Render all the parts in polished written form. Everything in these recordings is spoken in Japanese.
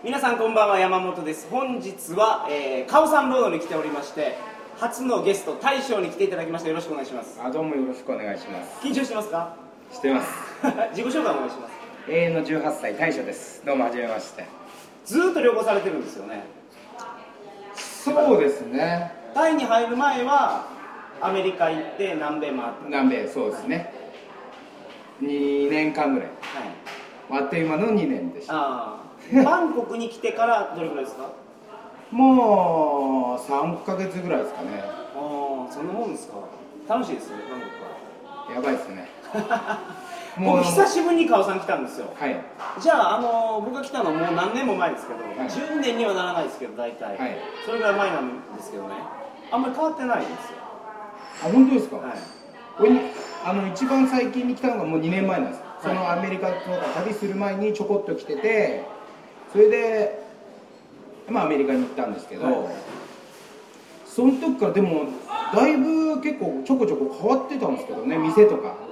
皆さんこんばんは、山本です。本日は、カオさんロードに来ておりまして、初のゲスト大将に来ていただきました。よろしくお願いします。 どうもよろしくお願いします。 緊張してますか？ してます。 自己紹介お願いします。 永遠の18歳大将です。どうもはじめまして。 ずーっと旅行されてるんですよね。 そうですね。 タイに入る前はアメリカ行って南米回った。 南米、そうですね。2年間ぐらい。 はい。 あっという間の2年でした。 バンコクに来てからどれくらいですか？ もう3ヶ月ぐらいですかね。 そんなもんですか？楽しいですね、バンコクは。 やばいですね。 僕久しぶりにカオさん来たんですよ。 はい。 じゃあ、僕が来たのもう何年も前ですけど、 はい、 10年にはならないですけど、大体、 はい、 それぐらい前なんですけどね、あんまり変わってないんですよ。 本当ですか？ はい。 俺一番最近に来たのがもう2年前なんです。 はい、 そのアメリカとか旅する前にちょこっと来てて、それで、アメリカに行ったんですけど、はい、その時からでもだいぶ結構ちょこちょこ変わってたんですけどね、店とか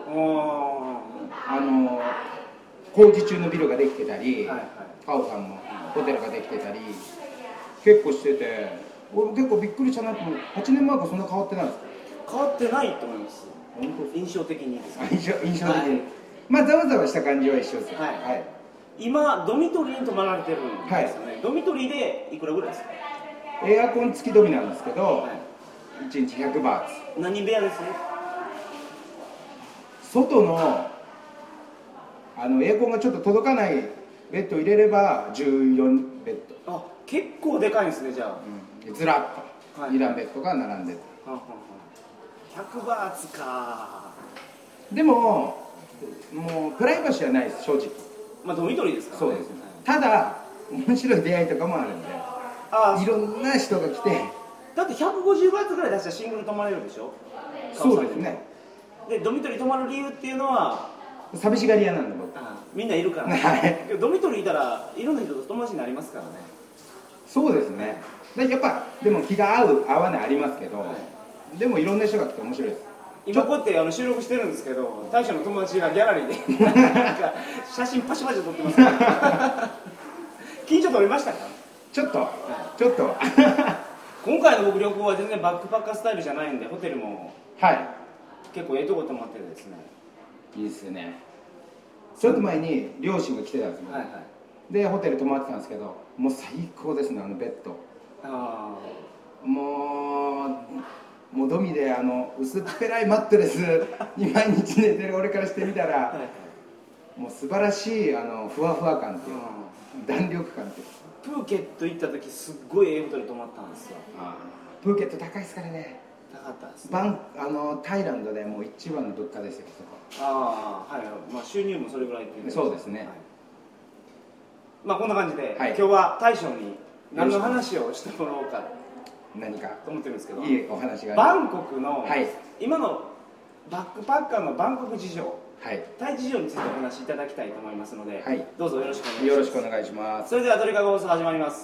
工事中のビルができてたり、はいはい、カオさんのホテルができてたり結構してて、俺結構びっくりしたなと思う。8年前からそんな変わってないですか？ 変わってないと思います。印象的にですね。印象的に、はい、ざわざわした感じは一緒ですよ。 はい、はい、今ドミトリーに泊まられてるんですよね。はい、ドミトリーでいくらぐらいですか？ エアコン付きドミなんですけど、はい、1日100バーツ。 何部屋です？ 外のエアコンがちょっと届かないベッド入れれば14ベッド。 結構でかいんですね、じゃあ。 ずらっと2段ベッドが並んでる。 100バーツか。 でもうプライバシーはないです、正直。 ドミトリーですからね。 そうです。ただ面白い出会いとかもあるんで、いろんな人が来て。 だって150バーツぐらい出したらシングル泊まれるでしょ？ そうですね。 でドミトリー泊まる理由っていうのは寂しがり屋なんで僕。 みんないるからね。はい、ドミトリーいたらいろんな人と友達になりますからね。 そうですね。やっぱでも気が合う合わないありますけど、はい、でもいろんな人が来て面白いです。 今こうやって収録してるんですけど、大将の友達がギャラリーで写真パシパシ撮ってますから緊張取れましたか？ちょっと今回の僕旅行は全然バックパッカースタイルじゃないんで、ホテルも結構ええとこ泊まっててですね。 いいですよね。ちょっと前に両親が来てたんですよ、はいはい、でホテル泊まってたんですけど、もう最高ですね、ベッド。もうドミで薄っぺらいマットレスに毎日寝てる俺からしてみたら、はい、もう素晴らしいふわふわ感っていうか、弾力感っていうか。 プーケット行った時すっごいええホテル泊まったんですよ。 プーケット高いですからね。 高かったですね。 タイランドでもう一番の物価ですよ、そこ。 はい、収入もそれぐらいっていう。 そうですね。 はい、こんな感じで、はい、今日は大将に何の話をしてもらおうか何かと思ってるんですけど、 いいお話がバンコクの、はい、今のバックパッカーのバンコク事情、はい、タイ事情についてお話しいただきたいと思いますので、はい、どうぞよろしくお願いします。 よろしくお願いします。 それでは鳥かご放送始まります。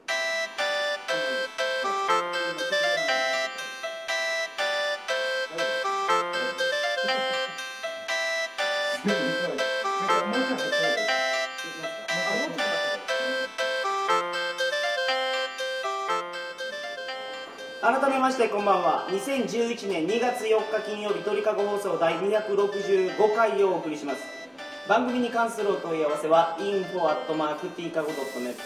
改めましてこんばんは。2011年2月4日金曜日、鳥かご放送第265回をお送りします。番組に関するお問い合わせは info@tkago.net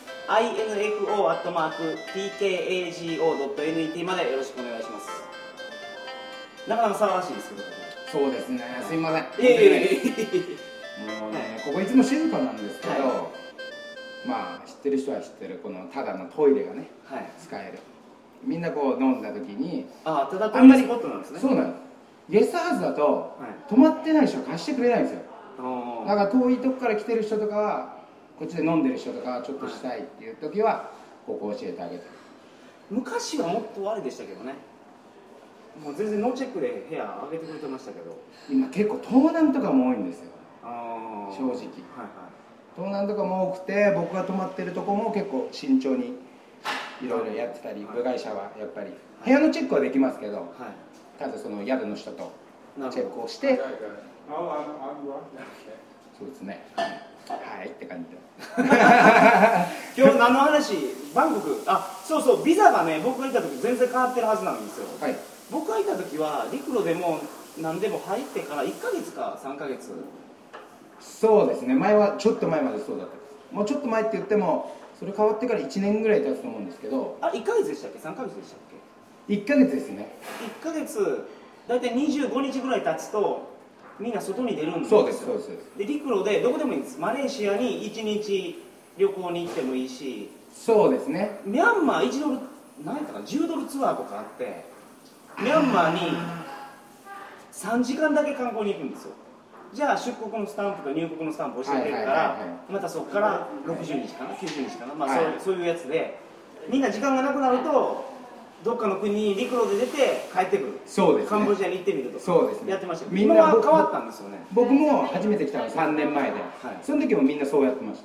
info@tkago.net までよろしくお願いします。なかなか騒がしいですけど。 そうですね、すいません。もうね、ここいつも静かなんですけど、知ってる人は知ってるこのただのトイレがね、使える。みんなこう飲んだ時に、 ただトイレスポットなんですね。 そうなんです。ゲストハウスだと泊まってない人は貸してくれないんですよ。だから遠いとこから来てる人とかは、こっちで飲んでる人とかはちょっとしたいっていう時はここ教えてあげて。 昔はもっとあれでしたけどね。もう全然ノーチェックで部屋上げてくれてましたけど、 今結構盗難とかも多いんですよ、正直。盗難とかも多くて、僕が泊まってるとこも結構慎重にいろいろやってたり、部外者はやっぱり部屋のチェックはできますけど、ただその宿の人とチェックをして、そうですね、はいって感じで今日何の話？バンコク、そうそう、ビザがね、僕がいた時全然変わってるはずなんですよ。はい、僕がいた時は陸路でも何でも入ってから1ヶ月か3ヶ月。 そうですね、前はちょっと前までそうだったです。もうちょっと前って言ってもそれ変わってから1年ぐらい経つと思うんですけど。 1ヶ月でしたっけ、3ヶ月でしたっけ？1ヶ月ですね。 1ヶ月大体25日ぐらい経つとみんな外に出るんですよ。 そうですそうです。 で陸路でどこでもいいんです。マレーシアに1日旅行に行ってもいいし。 そうですね。 ミャンマー1ドル何やったかな、10ドルツアーとかあって、ミャンマーに3時間だけ観光に行くんですよ。じゃあ出国のスタンプと入国のスタンプ教えてるから、またそこから60日かな90日かな、そういうやつで、みんな時間がなくなるとどっかの国に陸路で出て帰ってくる。そうですね、カンボジアに行ってみるとか、そうですね、やってました。みんなは変わったんですよね。 僕も初めて来たの3年前で、その時もみんなそうやってました。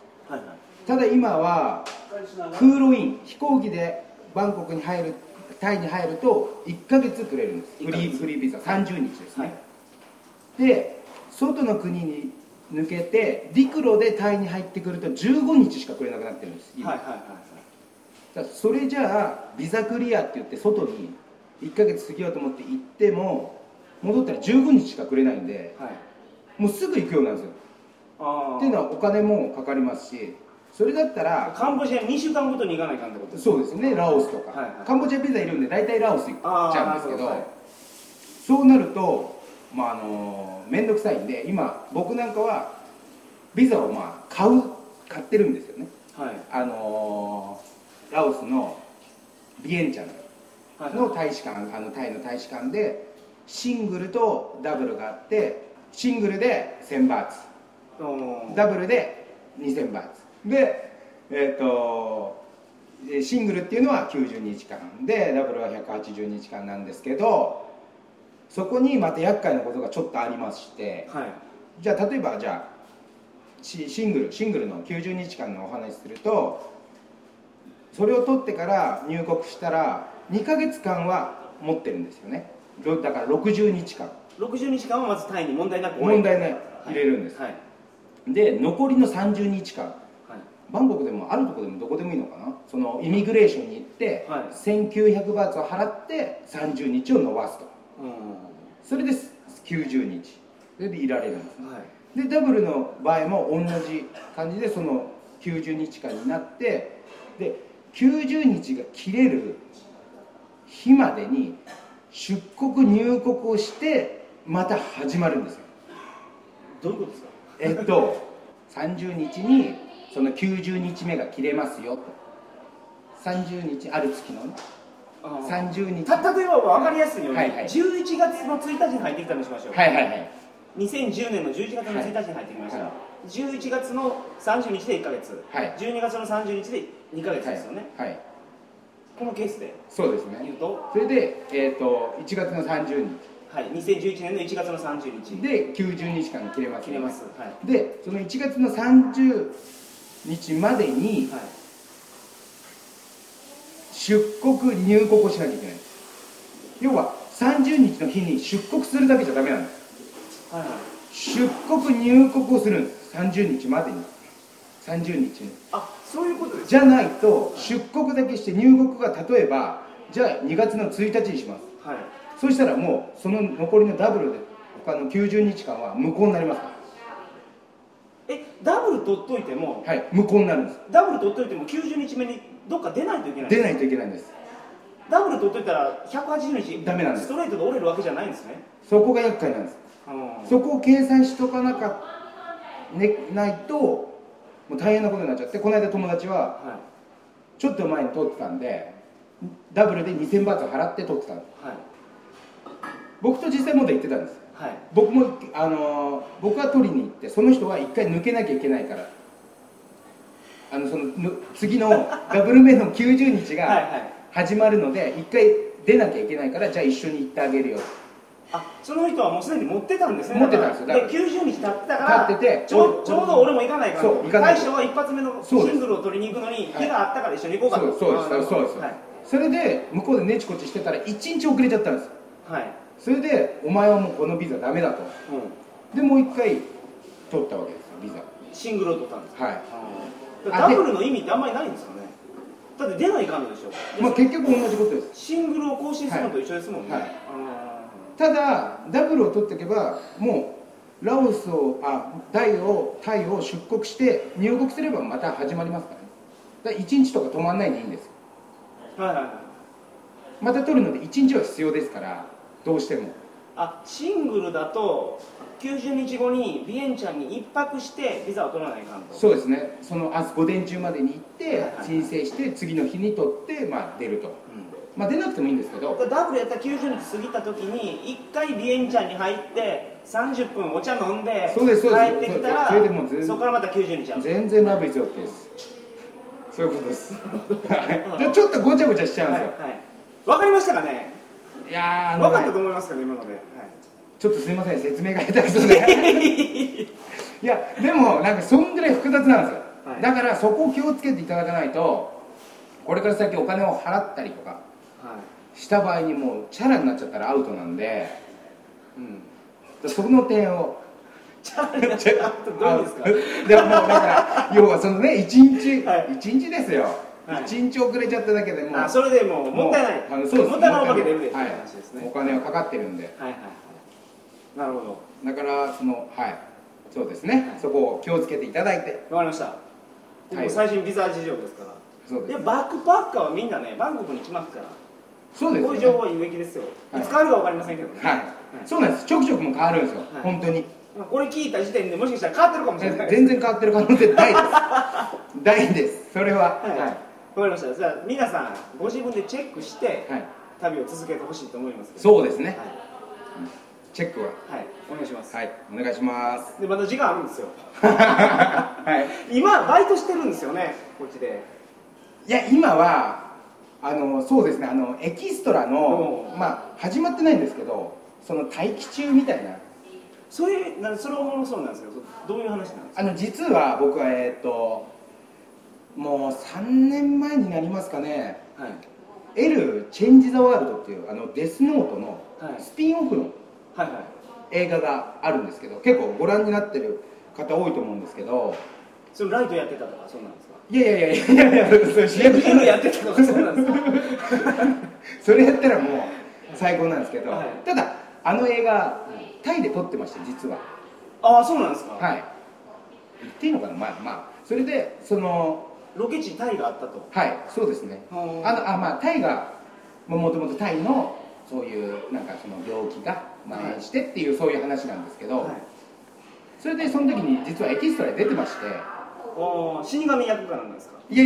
ただ今は空路イン、飛行機でバンコクに入る、タイに入ると1ヶ月くれるんです。フリービザ30日ですね。で外の国に抜けて陸路でタイに入ってくると15日しかくれなくなってるんです。それじゃあビザクリアって言って外に1ヶ月過ぎようと思って行っても戻ったら15日しかくれないんで、もうすぐ行くようなんですよ。っていうのはお金もかかりますし、それだったらカンボジア2週間ごとに行かないかんってことですか？ そうですね、ラオスとか、カンボジアビザいるんで大体ラオス行っちゃうんですけど、そうなると面倒くさいんで、今僕なんかはビザを買ってるんですよね。ラオスのビエンチャンの大使館、タイの大使館でシングルとダブルがあって、シングルで1000バーツ、ダブルで2000バーツで、シングルっていうのは90日間でダブルは180日間なんですけど、そこにまた厄介なことがちょっとありまして、じゃあ例えばシングルの90日間のお話すると、それを取ってから入国したら2ヶ月間は持ってるんですよね。だから60日間はまずタイに問題なく入れるんです。で残りの30日間、バンコクでもあるとこでもどこでもいいのかな、そのイミグレーションに行って、1900バーツを払って30日を延ばすと、それで90日それでいられるんです。でダブルの場合も同じ感じでその90日間になって、で90日が切れる日までに出国入国をしてまた始まるんですよ。 どういうことですか ？30日にその90日目が切れますよと。30日ある月のね、30日、 例えば分かりやすいように、11月の1日に入ってきたとしましょう。2010年の11月の1日に入ってきました。11月の30日で1ヶ月、12月の30日で2ヶ月ですよね。このケースでそうですね。 言うと、 それで、1月の30日、 2011年の1月の30日で90日間切れます、 ね。 でその1月の30日までに、出国入国をしなきゃいけない。要は30日の日に出国するだけじゃダメなんです。出国入国をするんです。30日までに、30日に。 そういうことです。 じゃないと出国だけして入国が例えばじゃあ2月の1日にします。そしたらもうその残りのダブルで他の90日間は無効になりますから。 ダブル取っといても、 無効になるんです。 ダブル取っといても90日目にどっか出ないといけない。 出ないといけないんです。 ダブル取っといたら180日ダメなんです。 ストレートで折れるわけじゃないんですね。 そこが厄介なんです。そこを計算しとかないともう大変なことになっちゃって、この間友達はちょっと前に取ってたんでダブルで2000バーツを払って取ってたんです。僕と実際も行ってたんです。僕も僕は取りに行って、その人は1回抜けなきゃいけないから、その次のダブル目の90日が始まるので1回出なきゃいけないから、じゃあ一緒に行ってあげるよ。 その人はもうすでに持ってたんですね。 持ってたんですよ。 で90日経ってたからちょうど俺も行かないから、大将は一発目のシングルを取りに行くのに日があったから一緒に行こうかと。 そうです。それで向こうでネチコチしてたら1日遅れちゃったんです。それでお前はもうこのビザダメだと、でもう1回取ったわけですよ、ビザ。 シングルを取ったんです。 ダブルの意味ってあんまりないんですかね。だって出ないかんのでしょ。 まあ結局同じことです。 シングルを更新するのと一緒ですもんね。 ただダブルを取っていけばもうラオスをタイを出国して入国すればまた始まりますからね。だから1日とか止まんないでいいんですよ。また取るので1日は必要ですからどうしても。 シングルだと90日後にビエンチャンに1泊してビザを取らないかんと。 そうですね。その午前中までに行って申請して次の日に取って出ると。出なくてもいいんですけど、 ダブルやったら90日過ぎた時に1回ビエンチャンに入って30分お茶飲んで帰ってきたらそこからまた90日やる。 全然ラブイズオッケーです。そういうことです。ちょっとごちゃごちゃしちゃうんですよ。 わかりましたかね。 いや分かったと思いますけど今ので。 ちょっとすみません、説明が下手くそでいやでもなんかそんぐらい複雑なんですよ。だからそこを気をつけていただかないとこれから先お金を払ったりとかした場合にもうチャラになっちゃったらアウトなんで、その点をチャラになっちゃったらアウトどういうですか。 でももうだから要はそのね1日ですよ。1日遅れちゃっただけでもそれでもうもったいない。もったいないわけ出るでって話ですね。 お金はかかってるんで。 なるほど。 だからそうですね。そこを気をつけていただいて。 わかりました。最新ビザ事情ですから。 そうです。 バックパッカーはみんなねバンコクに来ますから。 そうです。 こういう情報は有益ですよ。いつ変わるかわかりませんけどね。 そうなんです。ちょくちょくも変わるんですよ。本当に。 これ聞いた時点でもしかしたら変わってるかもしれない。 全然変わってる可能性大です。大です。それは。 わかりました。じゃあ皆さんご自分でチェックして旅を続けてほしいと思います。 そうですね。チェックはお願いします。 お願いします。 でまだ時間あるんですよ。今バイトしてるんですよね、こっちで。 いや今はそうですね、エキストラの始まってないんですけど、その待機中みたいな。 それおもろそうなんですけど、どういう話なんですか。 実は僕はもう3年前になりますかね。L チェンジ・ザ・ワールドっていうデスノートのスピンオフの映画があるんですけど、結構ご覧になってる方多いと思うんですけど。 それライトやってたとかそうなんですか。 いやそれ主役やってたとかそうなんですか。 それやったらもう最高なんですけど、ただ映画タイで撮ってました、実は。 そうなんですか。 言っていいのかな。それでロケ地タイがあったと。 そうですね。タイがもともとタイのそういうなんかその病気が蔓延してっていうそういう話なんですけど、それでその時に実はエキストラで出てまして。 死神役かなんですか。 い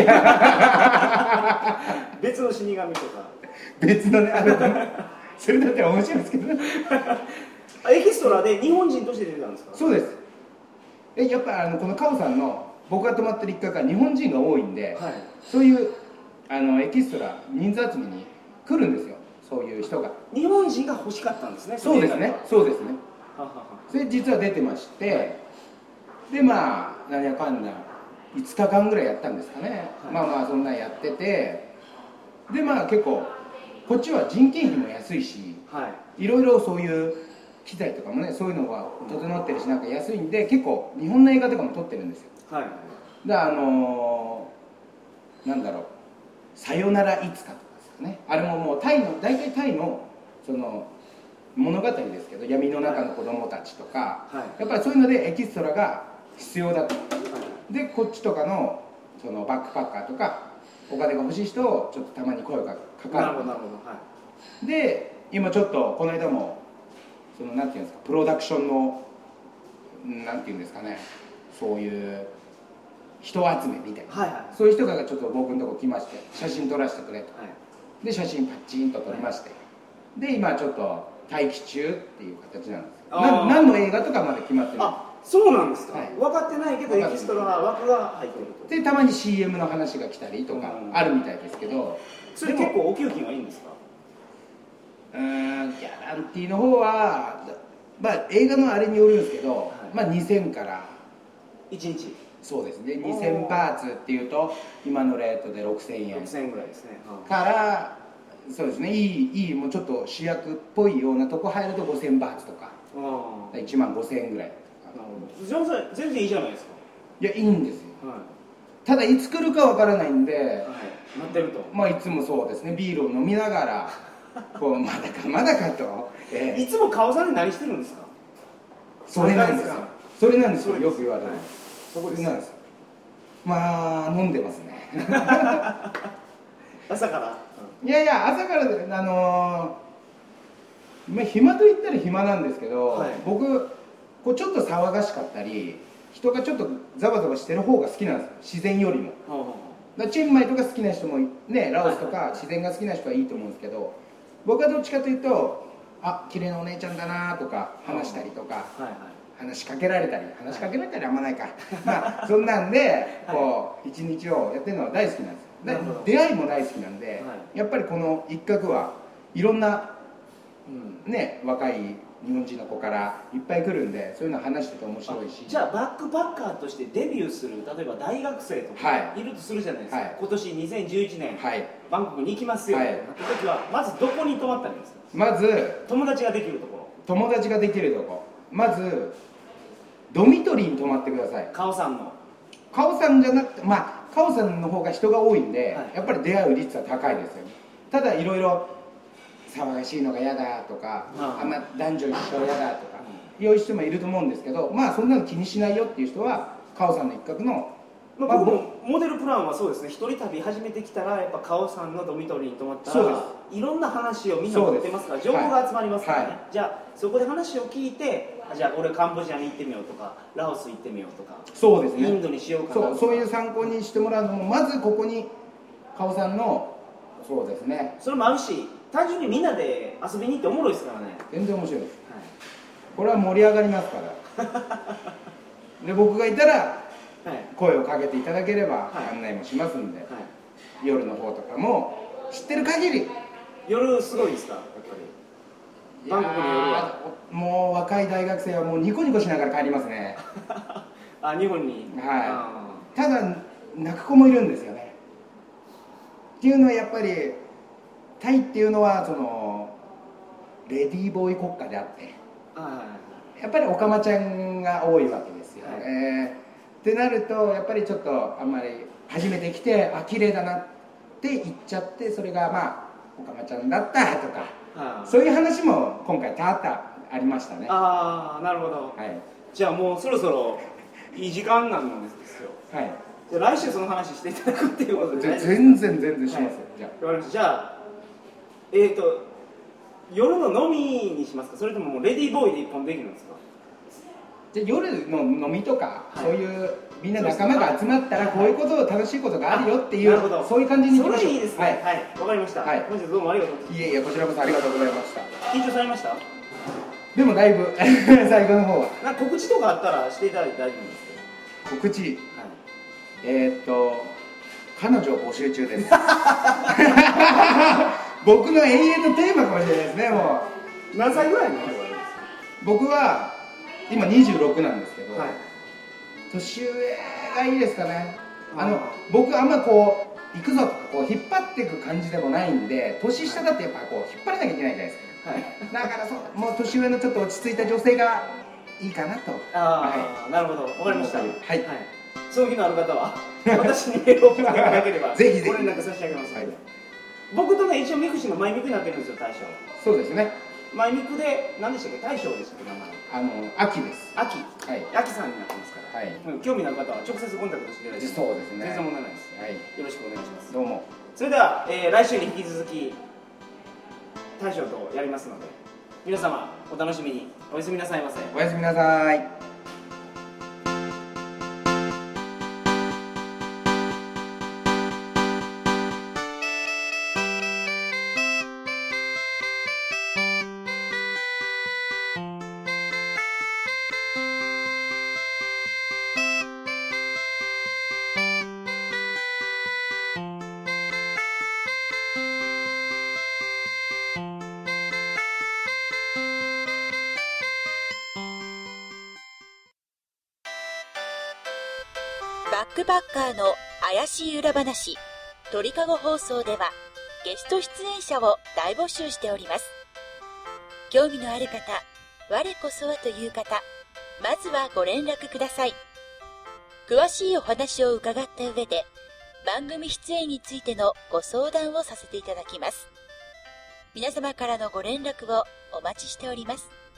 や別の死神とか別のねそれだったら面白いですけどエキストラで日本人として出てたんですか。 そうです。やっぱこのカオさんの僕が泊まってる一角は日本人が多いんで、そういうエキストラ人数集めに来るんですよ、そういう人が。 日本人が欲しかったんですね。 そうですね。それ実は出てまして、で何やかんだ5日間ぐらいやったんですかね。そんなんやってて、で結構こっちは人件費も安いし、いろいろそういう機材とかもね、そういうのが整ってるし、なんか安いんで結構日本の映画とかも撮ってるんですよ。なんだろう、さよならいつかとかですね。あれももう大体タイのその物語ですけど、闇の中の子供たちとか、やっぱりそういうのでエキストラが必要だと。でこっちとかのそのバックパッカーとかお金が欲しい人をちょっとたまに声がかかる。で今ちょっとこの間もそのなんていうんですか、プロダクションのなんていうんですかね、そういう人集めみたいな、そういう人がちょっと僕のとこ来まして、写真撮らせてくれと。で写真パッチンと撮りまして、で今ちょっと待機中っていう形なんですよ。何の映画とかまで決まってない。 そうなんですか。分かってないけどエキストラ枠が入ってると。 でたまに CM の話が来たりとかあるみたいですけど、 それ結構お給金はいいんですか。 ギャランティーの方は映画のあれによるんですけど、2000から 1日。 そうですね。2000バーツっていうと今のレートで6000円 6000円ぐらいですね。 からそうですね、いいもうちょっと主役っぽいようなとこ入ると5000バーツとか1万5000円ぐらい。 全然いいじゃないですか。 いやいいんですよ。 ただいつ来るかわからないんで、 はい、待ってると。 まあいつもそうですね、ビールを飲みながらこうまだかまだかと、 いつも顔さんで何してるんですか？ それなんですよ、それなんですよ、よく言われる、はい、 そこです。 なんです。まあ飲んでますね朝から、 いやいや朝からまあ、暇と言ったら暇なんですけど、はい、僕こうちょっと騒がしかったり人がちょっとざわざわしてる方が好きなんですよ、自然よりも。だチェンマイとか好きな人もね、ラオスとか自然が好きな人はいいと思うんですけど、僕はどっちかというとあ綺麗なお姉ちゃんだなとか話したりとか、話しかけられたり、話しかけられたりあんまないかまあそんなんでこう一日をやってるのは大好きなんですよ。出会いも大好きなんで、やっぱりこの一角はいろんなね、若い日本人の子からいっぱい来るんで、そういうの話してて面白いし。 じゃあバックパッカーとしてデビューする、例えば大学生とかいるとするじゃないですか、はい、今年2011年、はい、バンコクに行きますよってなった時は、まずどこに泊まったらいいんですか？まず友達ができるところ、 友達ができるところ、まずドミトリーに泊まってください。 カオさんのカオさんじゃなくて、まあカオさんの方が人が多いんで、はい、やっぱり出会う率は高いですよ。ただいろいろ騒がしいのが嫌だとか、あんま男女一緒嫌だとかいう人もいると思うんですけど、まあそんなの気にしないよっていう人はカオさんの一角の、 まあ、僕もモデルプランはそうですね、一人旅始めてきたらやっぱカオさんのドミトリーに泊まったらいろんな話をみんな持ってますから、情報が集まりますからね、はい、じゃあそこで話を聞いて、じゃあ俺カンボジアに行ってみようとかラオス行ってみようとか、 そうですね、 インドにしようかなとか、 そういう参考にしてもらうのも、まずここにカオさんの、そうですね、 それもあるし、単純にみんなで遊びに行っておもろいですからね。 全然面白いです、はい、これは盛り上がりますからで僕がいたら声をかけていただければ案内もしますんで、はいはい、夜の方とかも知ってる限り。 夜すごいですか？やっぱりバンコクの夜はもう若い大学生はもうニコニコしながら帰りますねあ、日本に。 はい。ただ泣く子もいるんですよね。っていうのはやっぱりタイっていうのはそのレディーボーイ国家であって、やっぱりオカマちゃんが多いわけですよ、はい、ってなるとやっぱりちょっとあんまり初めて来てあ綺麗だなって言っちゃって、それがまあオカマちゃんだったとか、そういう話も今回多々ありましたね。 ああ、なるほど、はい、じゃあもうそろそろいい時間なんですよ。はい。じゃあ来週その話していただくっていうことで、ね、 全然しますよ、はい、 じゃあ。わかりました。じゃあ夜の飲みにしますか、それとももうレディーボーイで一本できるんですか？ じゃあ夜の飲みとか、はい、そういうみんな仲間が集まったらこういうこと、楽しいことがあるよっていう、そういう感じにいきましょう。 それいいですね。はい、わかりました。はい、本日どうもありがとうございました。 いえいえ、こちらこそありがとうございました。 緊張されました？ でもだいぶ最後の方はなんか告知とかあったらしていただいて大丈夫ですけど。 告知、はい、彼女募集中です僕の永遠のテーマかもしれないですね。もう何歳ぐらいの人がいるんですか？ 僕は今26なんですけど、はい、年上がいいですかね。僕あんまこう行くぞとかこう引っ張っていく感じでもないんで、年下だってやっぱこう引っ張らなきゃいけないじゃないですか。はい、だからもう年上のちょっと落ち着いた女性がいいかなと。 ああ、はい、なるほど、わかりました。はい、はい、その気のある方は私にメールを送っていただければぜひご連絡差し上げます。はい、僕とね、一応ミクシーのマイミクになってるんですよ、大将。 そうですね。 マイミクで何でしたっけ、大将でしたっけ、名前。 秋です。 秋、はい、秋さんになってますから、はい、興味のある方は直接コンタクトしていただいて、 そうですね、 全然問題ないです。はい、よろしくお願いします。 どうも。 それでは、来週に引き続き大将とやりますので、皆様お楽しみに。おやすみなさいませ。 おやすみなさい。 バックパッカーの怪しい裏話、鳥かご放送ではゲスト出演者を大募集しております。興味のある方、我こそはという方、まずはご連絡ください。 詳しいお話を伺った上で、番組出演についてのご相談をさせていただきます。皆様からのご連絡をお待ちしております。